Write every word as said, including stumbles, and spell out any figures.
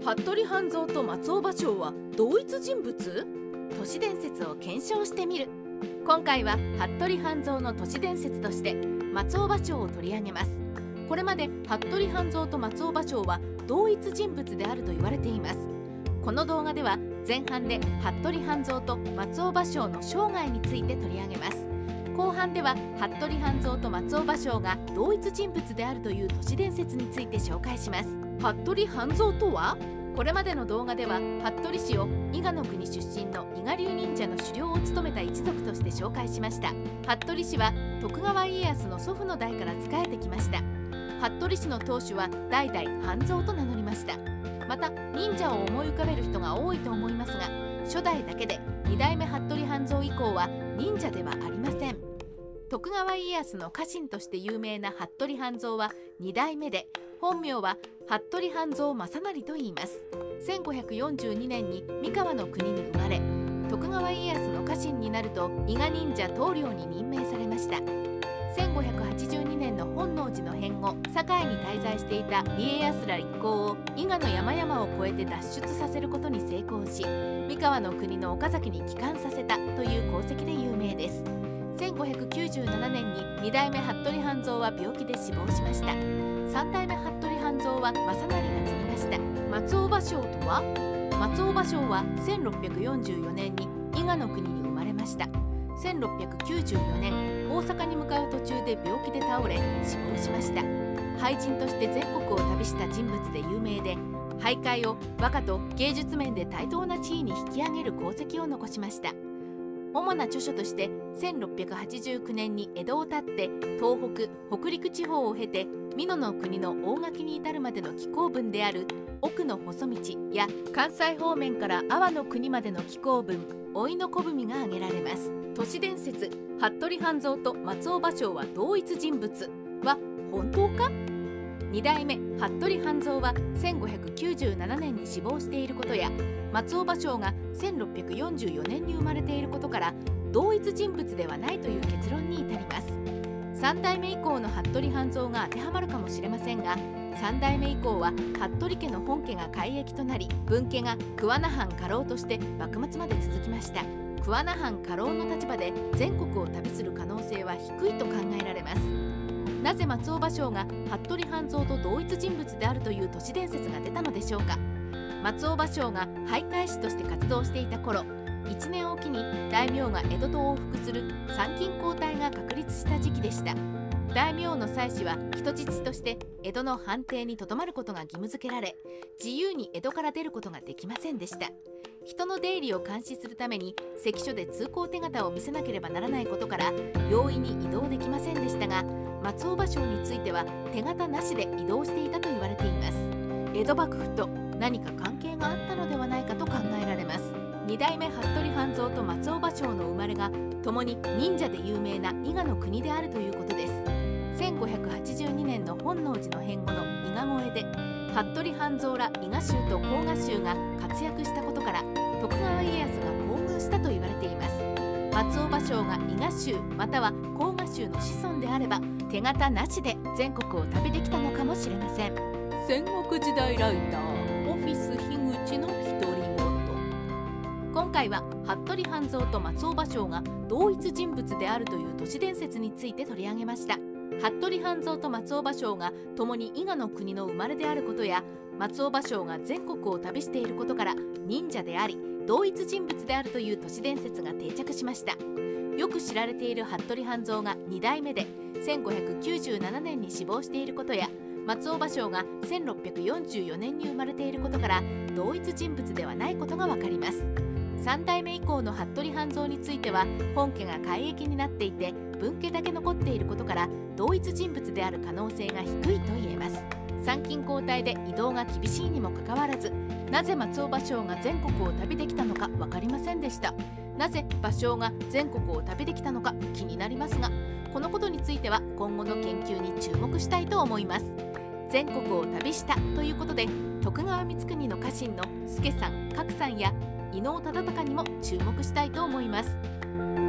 服部半蔵と松尾芭蕉は同一人物？都市伝説を検証してみる。今回は服部半蔵の都市伝説として松尾芭蕉を取り上げます。これまで服部半蔵と松尾芭蕉は同一人物であると言われています。この動画では前半で服部半蔵と松尾芭蕉の生涯について取り上げます。後半では服部半蔵と松尾芭蕉が同一人物であるという都市伝説について紹介します。服部半蔵とは？これまでの動画では服部氏を伊賀国出身の伊賀流忍者の首領を務めた一族として紹介しました。服部氏は徳川家康の祖父の代から仕えてきました。服部氏の当主は代々半蔵と名乗りました。また忍者を思い浮かべる人が多いと思いますが、初代だけでに代目服部半蔵以降は忍者ではありません。徳川家康の家臣として有名な服部半蔵はに代目で、本名は服部半蔵正成と言います。せんごひゃくよんじゅうにねんに三河の国に生まれ、徳川家康の家臣になると伊賀忍者棟梁に任命されました。せんごひゃくはちじゅうにねんの本能寺の変後、堺に滞在していた家康ら一行を伊賀の山々を越えて脱出させることに成功し、三河の国の岡崎に帰還させたという功績で有名です。せんごひゃくきゅうじゅうななねんにに代目服部半蔵は病気で死亡しました。さん代目服部半蔵は正成が継ぎました。松尾芭蕉とは？松尾芭蕉はせんろっぴゃくよんじゅうよねんに伊賀の国に生まれました。せんろっぴゃくきゅうじゅうよねん、大阪に向かう途中で病気で倒れ死亡しました。俳人として全国を旅した人物で有名で、俳諧を和歌と芸術面で対等な地位に引き上げる功績を残しました。主な著書としてせんろっぴゃくはちじゅうきゅうねんに江戸を立って東北・北陸地方を経て美濃の国の大垣に至るまでの紀行文である奥の細道や、関西方面から阿波の国までの紀行文甥の小文が挙げられます。都市伝説服部半蔵と松尾芭蕉は同一人物は本当か？に代目服部半蔵はせんごひゃくきゅうじゅうななねんに死亡していることや、松尾芭蕉がせんろっぴゃくよんじゅうよねんに生まれていることから同一人物ではないという結論に至ります。さん代目以降の服部半蔵が当てはまるかもしれませんが、さん代目以降は服部家の本家が改易となり、分家が桑名藩家老として幕末まで続きました。桑名藩家老の立場で全国を旅する可能性は低いと考えられます。なぜ松尾芭蕉が服部半蔵と同一人物であるという都市伝説が出たのでしょうか。松尾芭蕉が俳諧師として活動していた頃、いちねんおきに大名が江戸と往復する参勤交代が確立した時期でした。大名の妻子は人質として江戸の藩邸に留まることが義務付けられ、自由に江戸から出ることができませんでした。人の出入りを監視するために関所で通行手形を見せなければならないことから容易に移動できませんでしたが、松尾芭蕉については手形なしで移動していたと言われています。江戸幕府と何か関係があったのではないかと考えられます。に代目服部半蔵と松尾芭蕉の生まれが共に忍者で有名な伊賀の国であるということです。せんごひゃくはちじゅうにねんの本能寺の変後の伊賀越えで服部半蔵ら伊賀衆と甲賀衆が活躍したことから徳川家康が厚遇したと言われています。松尾芭蕉が伊賀衆または甲賀衆の子孫であれば手形なしで全国を旅できたのかもしれません。戦国時代ライターオフィス樋口の独り言。今回は服部半蔵と松尾芭蕉が同一人物であるという都市伝説について取り上げました。服部半蔵と松尾芭蕉が共に伊賀の国の生まれであることや、松尾芭蕉が全国を旅していることから忍者であり同一人物であるという都市伝説が定着しました。よく知られている服部半蔵がに代目でせんごひゃくきゅうじゅうななねんに死亡していることや、松尾芭蕉がせんろっぴゃくよんじゅうよねんに生まれていることから同一人物ではないことがわかります。さん代目以降の服部半蔵については本家が改易になっていて分家だけ残っていることから同一人物である可能性が低いと言えます。参勤交代で移動が厳しいにもかかわらず、なぜ松尾芭蕉が全国を旅できたのか分かりませんでした。なぜ芭蕉が全国を旅できたのか気になりますが、このことについては今後の研究に注目したいと思います。全国を旅したということで徳川光圀の家臣の助さん、角さんや伊能忠敬にも注目したいと思います。